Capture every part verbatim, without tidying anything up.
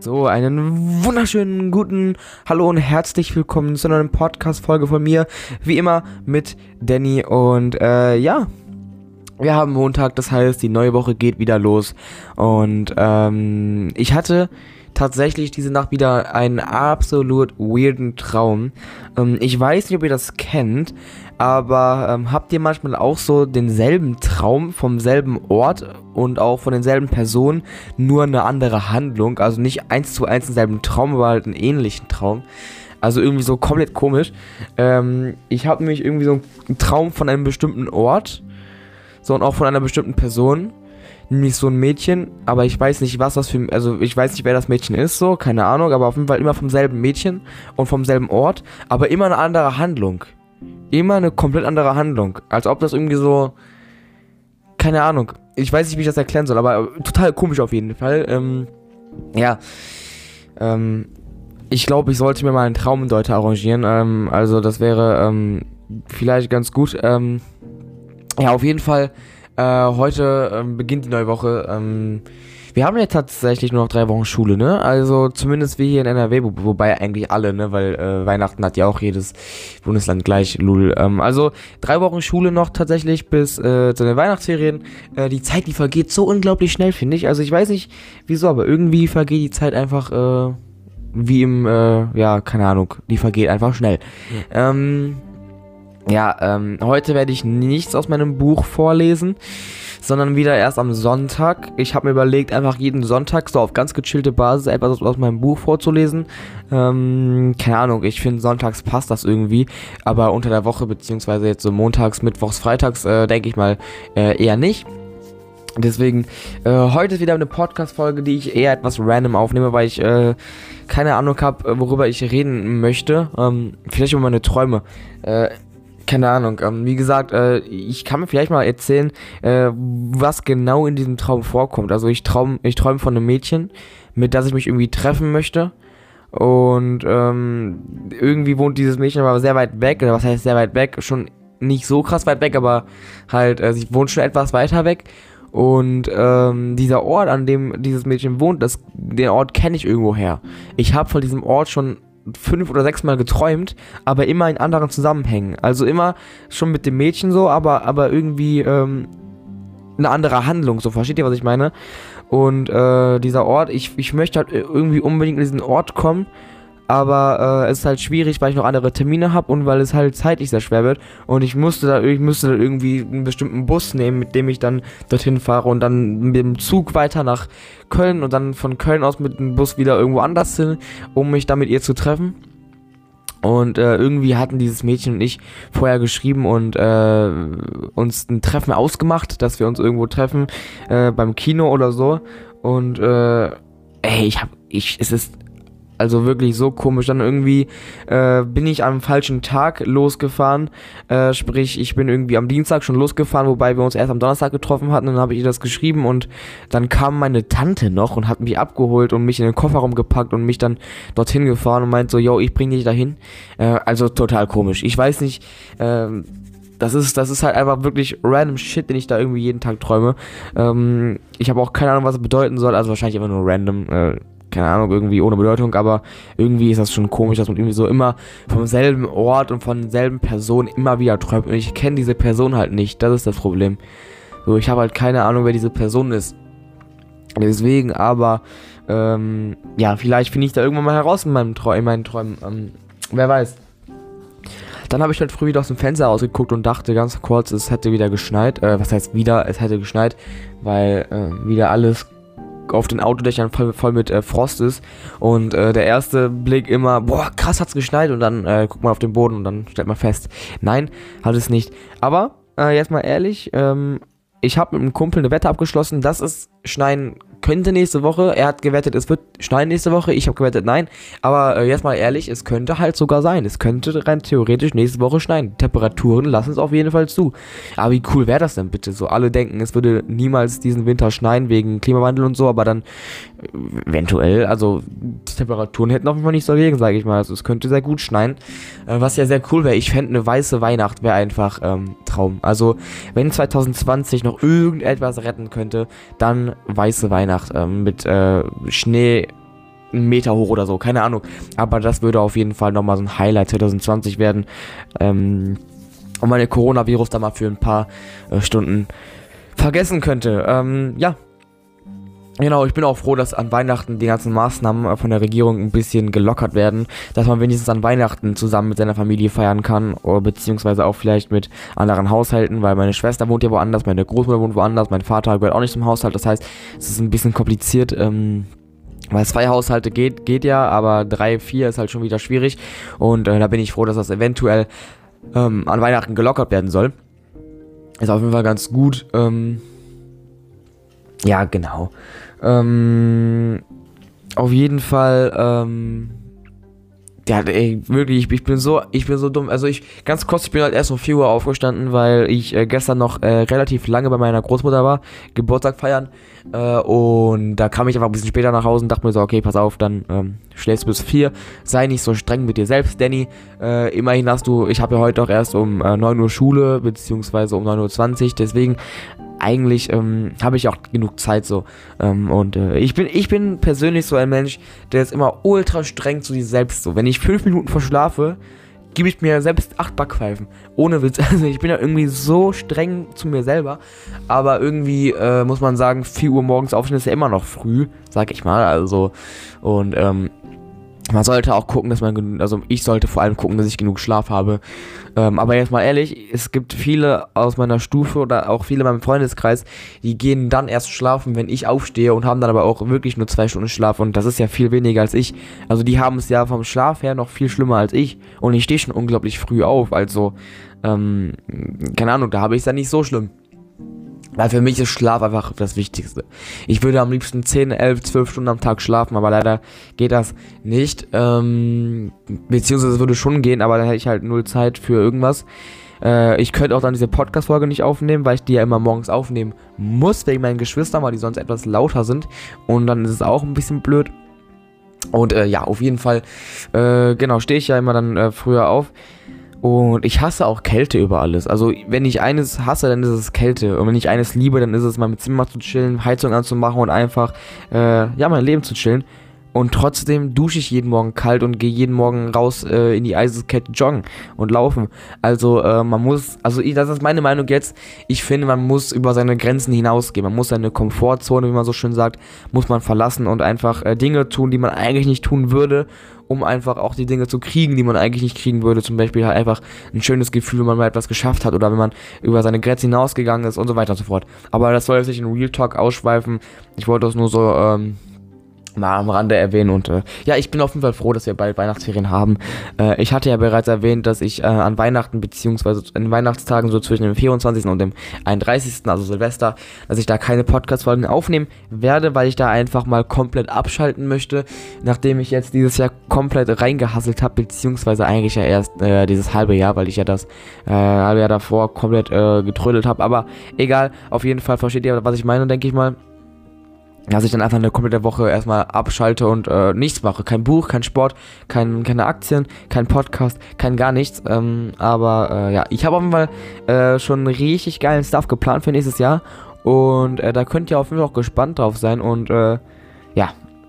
So, einen wunderschönen guten Hallo und herzlich willkommen zu einer neuen Podcast-Folge von mir. Wie immer mit Danny und äh, ja, wir haben Montag, das heißt, die neue Woche geht wieder los. Und ähm, ich hatte tatsächlich diese Nacht wieder einen absolut weirden Traum. Ähm, ich weiß nicht, ob ihr das kennt, aber ähm, habt ihr manchmal auch so denselben Traum vom selben Ort und auch von denselben Personen, nur eine andere Handlung? Also nicht eins zu eins denselben Traum, aber halt einen ähnlichen Traum. Also irgendwie so komplett komisch. Ähm, ich habe nämlich irgendwie so einen Traum von einem bestimmten Ort, so und auch von einer bestimmten Person. Nämlich so ein Mädchen, aber ich weiß nicht, was das für, also ich weiß nicht, wer das Mädchen ist, so, keine Ahnung, aber auf jeden Fall immer vom selben Mädchen und vom selben Ort, aber immer eine andere Handlung. Immer eine komplett andere Handlung. Als ob das irgendwie so, keine Ahnung, ich weiß nicht, wie ich das erklären soll, aber total komisch auf jeden Fall. Ähm, ja, ähm, ich glaube, ich sollte mir mal einen Traumdeuter arrangieren, ähm, also das wäre, ähm, vielleicht ganz gut, ähm, ja, auf jeden Fall. Äh, heute ähm, beginnt die neue Woche. Ähm, wir haben ja tatsächlich nur noch drei Wochen Schule, ne? Also zumindest wir hier in N R W, wo, wobei eigentlich alle, ne? Weil äh, Weihnachten hat ja auch jedes Bundesland gleich, lul. Ähm, also drei Wochen Schule noch tatsächlich bis äh, zu den Weihnachtsferien. Äh, die Zeit, die vergeht so unglaublich schnell, finde ich. Also ich weiß nicht wieso, aber irgendwie vergeht die Zeit einfach äh, wie im, äh, ja, keine Ahnung, die vergeht einfach schnell. Ja. Ähm... Ja, ähm, heute werde ich nichts aus meinem Buch vorlesen, sondern wieder erst am Sonntag. Ich habe mir überlegt, einfach jeden Sonntag so auf ganz gechillte Basis etwas aus meinem Buch vorzulesen. Ähm, keine Ahnung, ich finde sonntags passt das irgendwie, aber unter der Woche, beziehungsweise jetzt so montags, mittwochs, freitags, äh, denke ich mal, äh, eher nicht. Deswegen, äh, heute ist wieder eine Podcast-Folge, die ich eher etwas random aufnehme, weil ich, äh, keine Ahnung habe, worüber ich reden möchte. Ähm, vielleicht über meine Träume. Äh, Keine Ahnung, ähm, wie gesagt, äh, ich kann mir vielleicht mal erzählen, äh, was genau in diesem Traum vorkommt. Also ich traum, ich träume von einem Mädchen, mit das ich mich irgendwie treffen möchte. Und ähm, irgendwie wohnt dieses Mädchen aber sehr weit weg, oder was heißt sehr weit weg? Schon nicht so krass weit weg, aber halt, äh, sie wohnt schon etwas weiter weg. Und ähm, dieser Ort, an dem dieses Mädchen wohnt, das, den Ort kenne ich irgendwoher. Ich habe von diesem Ort schon fünf oder sechs Mal geträumt, aber immer in anderen Zusammenhängen. Also immer schon mit dem Mädchen so, aber, aber irgendwie ähm, eine andere Handlung, so, versteht ihr, was ich meine? Und äh, dieser Ort, ich, ich möchte halt irgendwie unbedingt in diesen Ort kommen, aber äh, es ist halt schwierig, weil ich noch andere Termine habe und weil es halt zeitlich sehr schwer wird und ich musste da, ich müsste da irgendwie einen bestimmten Bus nehmen, mit dem ich dann dorthin fahre und dann mit dem Zug weiter nach Köln und dann von Köln aus mit dem Bus wieder irgendwo anders hin, um mich dann mit ihr zu treffen. Und äh, irgendwie hatten dieses Mädchen und ich vorher geschrieben und äh, uns ein Treffen ausgemacht, dass wir uns irgendwo treffen, äh, beim Kino oder so. Und äh, ey, ich hab, ich, es ist also wirklich so komisch. Dann irgendwie äh, bin ich am falschen Tag losgefahren. Äh, sprich, ich bin irgendwie am Dienstag schon losgefahren, wobei wir uns erst am Donnerstag getroffen hatten. Dann habe ich ihr das geschrieben und dann kam meine Tante noch und hat mich abgeholt und mich in den Kofferraum gepackt und mich dann dorthin gefahren und meint so, yo, ich bring dich dahin. Äh, also total komisch. Ich weiß nicht, ähm, Das ist, das ist halt einfach wirklich random Shit, den ich da irgendwie jeden Tag träume. Ähm, ich habe auch keine Ahnung, was es bedeuten soll. Also wahrscheinlich immer nur random. Äh, keine Ahnung, irgendwie ohne Bedeutung. Aber irgendwie ist das schon komisch, dass man irgendwie so immer vom selben Ort und von derselben Person immer wieder träumt. Und ich kenne diese Person halt nicht. Das ist das Problem. So, ich habe halt keine Ahnung, wer diese Person ist. Deswegen, aber, ähm, ja, vielleicht finde ich da irgendwann mal heraus in, meinem Trau- in meinen Träumen. Ähm, wer weiß. Dann habe ich halt früh wieder aus dem Fenster rausgeguckt und dachte ganz kurz, es hätte wieder geschneit. Äh, was heißt wieder? Es hätte geschneit, weil äh, wieder alles auf den Autodächern voll, voll mit äh, Frost ist. Und äh, der erste Blick immer, boah, krass, hat's geschneit. Und dann äh, guckt man auf den Boden und dann stellt man fest, nein, hat es nicht. Aber, äh, jetzt mal ehrlich, ähm, ich habe mit einem Kumpel eine Wette abgeschlossen, dass es schneien könnte nächste Woche. Er hat gewettet, es wird schneien nächste Woche. Ich habe gewettet, nein. Aber äh, jetzt mal ehrlich, es könnte halt sogar sein. Es könnte rein theoretisch nächste Woche schneien. Die Temperaturen lassen es auf jeden Fall zu. Aber wie cool wäre das denn bitte? So, alle denken, es würde niemals diesen Winter schneien wegen Klimawandel und so, aber dann äh, eventuell, also die Temperaturen hätten auf jeden Fall nichts dagegen, sage ich mal. Also es könnte sehr gut schneien. Äh, was ja sehr cool wäre. Ich fände, eine weiße Weihnacht wäre einfach ähm, Traum. Also wenn zwanzig zwanzig noch irgendetwas retten könnte, dann weiße Weihnacht ähm, mit äh, Schnee einen Meter hoch oder so, keine Ahnung. Aber das würde auf jeden Fall nochmal so ein Highlight zwanzig zwanzig werden. Ähm, und meine Coronavirus da mal für ein paar äh, Stunden vergessen könnte. Ähm, ja. Genau, ich bin auch froh, dass an Weihnachten die ganzen Maßnahmen von der Regierung ein bisschen gelockert werden, dass man wenigstens an Weihnachten zusammen mit seiner Familie feiern kann, oder beziehungsweise auch vielleicht mit anderen Haushalten, weil meine Schwester wohnt ja woanders, meine Großmutter wohnt woanders, mein Vater gehört auch nicht zum Haushalt, das heißt, es ist ein bisschen kompliziert, ähm, weil zwei Haushalte geht, geht ja, aber drei, vier ist halt schon wieder schwierig und äh, da bin ich froh, dass das eventuell ähm, an Weihnachten gelockert werden soll. Ist auf jeden Fall ganz gut, ähm, ja, genau. Ähm, auf jeden Fall, ähm, ja, ey, wirklich, ich, ich bin so, ich bin so dumm. Also ich, ganz kurz, ich bin halt erst um vier Uhr aufgestanden, weil ich äh, gestern noch äh, relativ lange bei meiner Großmutter war, Geburtstag feiern. Äh, und da kam ich einfach ein bisschen später nach Hause und dachte mir so, okay, pass auf, dann ähm, schläfst du bis vier. Sei nicht so streng mit dir selbst, Danny. Äh, immerhin hast du, ich habe ja heute auch erst um äh, neun Uhr Schule, beziehungsweise um neun Uhr zwanzig, deswegen eigentlich ähm, habe ich auch genug Zeit so. Ähm, und äh, ich bin ich bin persönlich so ein Mensch, der ist immer ultra streng zu sich selbst so. Wenn ich fünf Minuten verschlafe, gebe ich mir selbst acht Backpfeifen. Ohne Witz. Also ich bin ja irgendwie so streng zu mir selber. Aber irgendwie äh, muss man sagen, vier Uhr morgens aufstehen ist ja immer noch früh, sag ich mal. Also und ähm, man sollte auch gucken, dass man, also ich sollte vor allem gucken, dass ich genug Schlaf habe. Ähm, aber jetzt mal ehrlich, es gibt viele aus meiner Stufe oder auch viele in meinem Freundeskreis, die gehen dann erst schlafen, wenn ich aufstehe und haben dann aber auch wirklich nur zwei Stunden Schlaf und das ist ja viel weniger als ich. Also die haben es ja vom Schlaf her noch viel schlimmer als ich und ich stehe schon unglaublich früh auf, also ähm, keine Ahnung, da habe ich es ja nicht so schlimm. Weil für mich ist Schlaf einfach das Wichtigste. Ich würde am liebsten zehn, elf, zwölf Stunden am Tag schlafen, aber leider geht das nicht. Ähm, beziehungsweise es würde schon gehen, aber dann hätte ich halt null Zeit für irgendwas. Äh, ich könnte auch dann diese Podcast-Folge nicht aufnehmen, weil ich die ja immer morgens aufnehmen muss, wegen meinen Geschwistern, weil die sonst etwas lauter sind. Und dann ist es auch ein bisschen blöd. Und äh, ja, auf jeden Fall, äh, genau, stehe ich ja immer dann äh, früher auf. Und ich hasse auch Kälte über alles. Also wenn ich eines hasse, dann ist es Kälte. Und wenn ich eines liebe, dann ist es mal mit Zimmer zu chillen, Heizung anzumachen und einfach, äh, ja, mein Leben zu chillen. Und trotzdem dusche ich jeden Morgen kalt und gehe jeden Morgen raus äh, in die Eiskette joggen und laufen. Also äh, man muss, also ich, das ist meine Meinung jetzt, ich finde, man muss über seine Grenzen hinausgehen. Man muss seine Komfortzone, wie man so schön sagt, muss man verlassen und einfach äh, Dinge tun, die man eigentlich nicht tun würde, um einfach auch die Dinge zu kriegen, die man eigentlich nicht kriegen würde. Zum Beispiel halt einfach ein schönes Gefühl, wenn man mal etwas geschafft hat oder wenn man über seine Grenzen hinausgegangen ist und so weiter und so fort. Aber das soll jetzt nicht in Real Talk ausschweifen. Ich wollte das nur so, ähm, mal am Rande erwähnen und äh, ja, ich bin auf jeden Fall froh, dass wir bald Weihnachtsferien haben. Äh, ich hatte ja bereits erwähnt, dass ich äh, an Weihnachten beziehungsweise an Weihnachtstagen so zwischen dem vierundzwanzigsten und dem einunddreißigsten, also Silvester, dass ich da keine Podcast-Folgen aufnehmen werde, weil ich da einfach mal komplett abschalten möchte, nachdem ich jetzt dieses Jahr komplett reingehasselt habe, beziehungsweise eigentlich ja erst äh, dieses halbe Jahr, weil ich ja das äh, halbe Jahr davor komplett äh, getrödelt habe, aber egal, auf jeden Fall versteht ihr, was ich meine, denke ich mal. Dass ich dann einfach eine komplette Woche erstmal abschalte und äh, nichts mache. Kein Buch, kein Sport, kein, keine Aktien, kein Podcast, kein gar nichts. Ähm, aber äh, ja, ich habe auf jeden Fall äh, schon richtig geilen Stuff geplant für nächstes Jahr. Und äh, da könnt ihr auf jeden Fall auch gespannt drauf sein. Und äh, ja.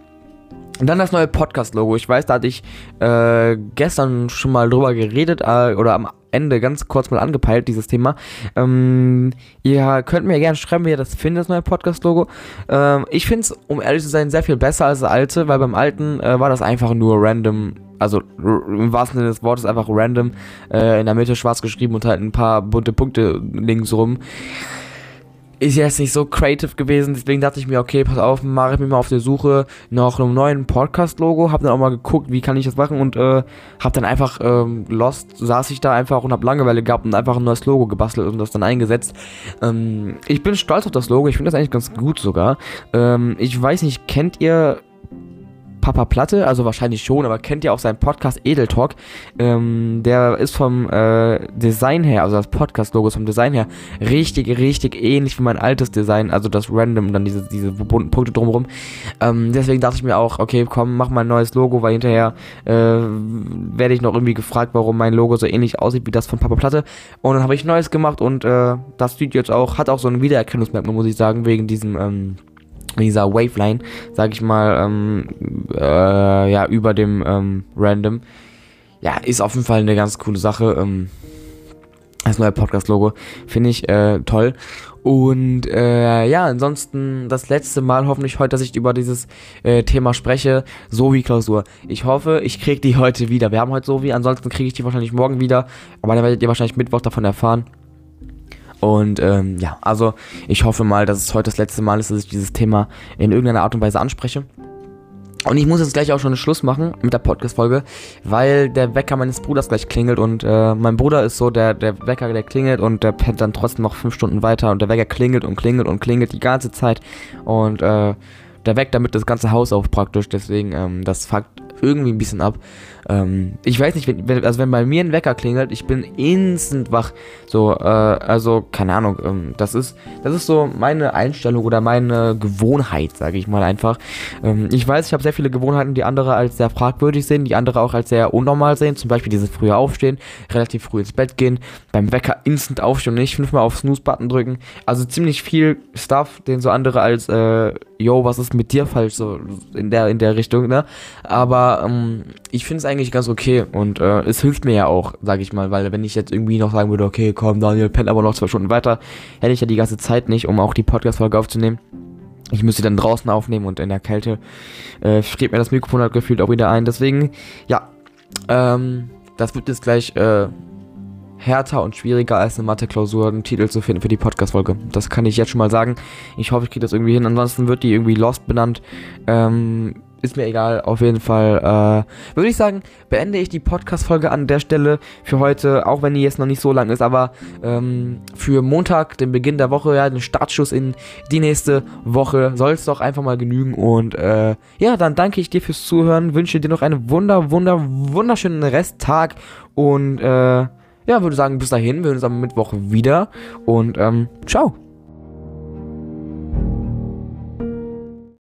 Und dann das neue Podcast-Logo. Ich weiß, da hatte ich äh, gestern schon mal drüber geredet äh, oder am Ende ganz kurz mal angepeilt, dieses Thema. Ähm, ihr könnt mir gerne schreiben, wie ihr das findet, das neue Podcast-Logo. Ähm, ich finde es, um ehrlich zu sein, sehr viel besser als das alte, weil beim alten äh, war das einfach nur random, also r- im wahrsten Sinne des Wortes einfach random, äh, in der Mitte schwarz geschrieben und halt ein paar bunte Punkte links rum. Ist jetzt nicht so creative gewesen, deswegen dachte ich mir, okay, pass auf, mache ich mich mal auf der Suche nach einem neuen Podcast-Logo, hab dann auch mal geguckt, wie kann ich das machen und äh, hab dann einfach ähm, lost, saß ich da einfach und hab Langeweile gehabt und einfach ein neues Logo gebastelt und das dann eingesetzt. Ähm, ich bin stolz auf das Logo, ich finde das eigentlich ganz gut sogar. Ähm, ich weiß nicht, kennt ihr Papa Platte, also wahrscheinlich schon, aber kennt ihr auch seinen Podcast Edel Talk, ähm, der ist vom äh, Design her, also das Podcast-Logo ist vom Design her richtig, richtig ähnlich wie mein altes Design, also das Random, dann diese, diese bunten Punkte drumherum, ähm, deswegen dachte ich mir auch, okay, komm, mach mal ein neues Logo, weil hinterher äh, werde ich noch irgendwie gefragt, warum mein Logo so ähnlich aussieht wie das von Papa Platte, und dann habe ich Neues gemacht und äh, das sieht jetzt auch, hat auch so ein Wiedererkennungsmerkmal, muss ich sagen, wegen diesem, ähm, in dieser Waveline, sag ich mal, ähm, äh, ja, über dem ähm, Random. Ja, ist auf jeden Fall eine ganz coole Sache. Ähm, das neue Podcast-Logo finde ich äh, toll. Und äh, ja, ansonsten das letzte Mal hoffentlich heute, dass ich über dieses äh, Thema spreche, Sowie-Klausur. Ich hoffe, ich kriege die heute wieder. Wir haben heute Sowie, ansonsten kriege ich die wahrscheinlich morgen wieder. Aber dann werdet ihr wahrscheinlich Mittwoch davon erfahren. Und ähm, ja, also ich hoffe mal, dass es heute das letzte Mal ist, dass ich dieses Thema in irgendeiner Art und Weise anspreche. Und ich muss jetzt gleich auch schon Schluss machen mit der Podcast-Folge, weil der Wecker meines Bruders gleich klingelt und äh, mein Bruder ist so, der, der Wecker, der klingelt und der pennt dann trotzdem noch fünf Stunden weiter und der Wecker klingelt und klingelt und klingelt die ganze Zeit und äh, der weckt damit das ganze Haus auf praktisch, deswegen, ähm, das fuckt irgendwie ein bisschen ab. Ähm, ich weiß nicht, wenn, wenn, also wenn bei mir ein Wecker klingelt, ich bin instant wach. So, äh, also, keine Ahnung, ähm, das ist, das ist so meine Einstellung oder meine Gewohnheit, sage ich mal einfach. Ähm, ich weiß, ich habe sehr viele Gewohnheiten, die andere als sehr fragwürdig sehen, die andere auch als sehr unnormal sehen. Zum Beispiel dieses frühe Aufstehen, relativ früh ins Bett gehen, beim Wecker instant aufstehen und nicht fünfmal auf Snooze-Button drücken. Also ziemlich viel Stuff, den so andere als, äh, yo, was ist mit dir falsch, so in der, in der Richtung, ne? Aber ähm, ich finde es eigentlich ganz okay und äh, es hilft mir ja auch, sag ich mal, weil wenn ich jetzt irgendwie noch sagen würde, okay, komm, Daniel, pennt aber noch zwei Stunden weiter, hätte ich ja die ganze Zeit nicht, um auch die Podcast-Folge aufzunehmen. Ich müsste dann draußen aufnehmen und in der Kälte äh, friert mir das Mikrofon halt gefühlt auch wieder ein. Deswegen, ja, ähm, das wird jetzt gleich äh, härter und schwieriger als eine Mathe-Klausur einen Titel zu finden für die Podcast-Folge. Das kann ich jetzt schon mal sagen. Ich hoffe, ich kriege das irgendwie hin. Ansonsten wird die irgendwie Lost benannt. Ähm, ist mir egal. Auf jeden Fall äh, würde ich sagen, beende ich die Podcast-Folge an der Stelle für heute, auch wenn die jetzt noch nicht so lang ist, aber ähm, für Montag, den Beginn der Woche, ja, den Startschuss in die nächste Woche, soll es doch einfach mal genügen. Und äh, ja, dann danke ich dir fürs Zuhören, wünsche dir noch einen wunder, wunder, wunderschönen Resttag und äh, ja, würde sagen, bis dahin, wir hören uns am Mittwoch wieder und ähm, ciao.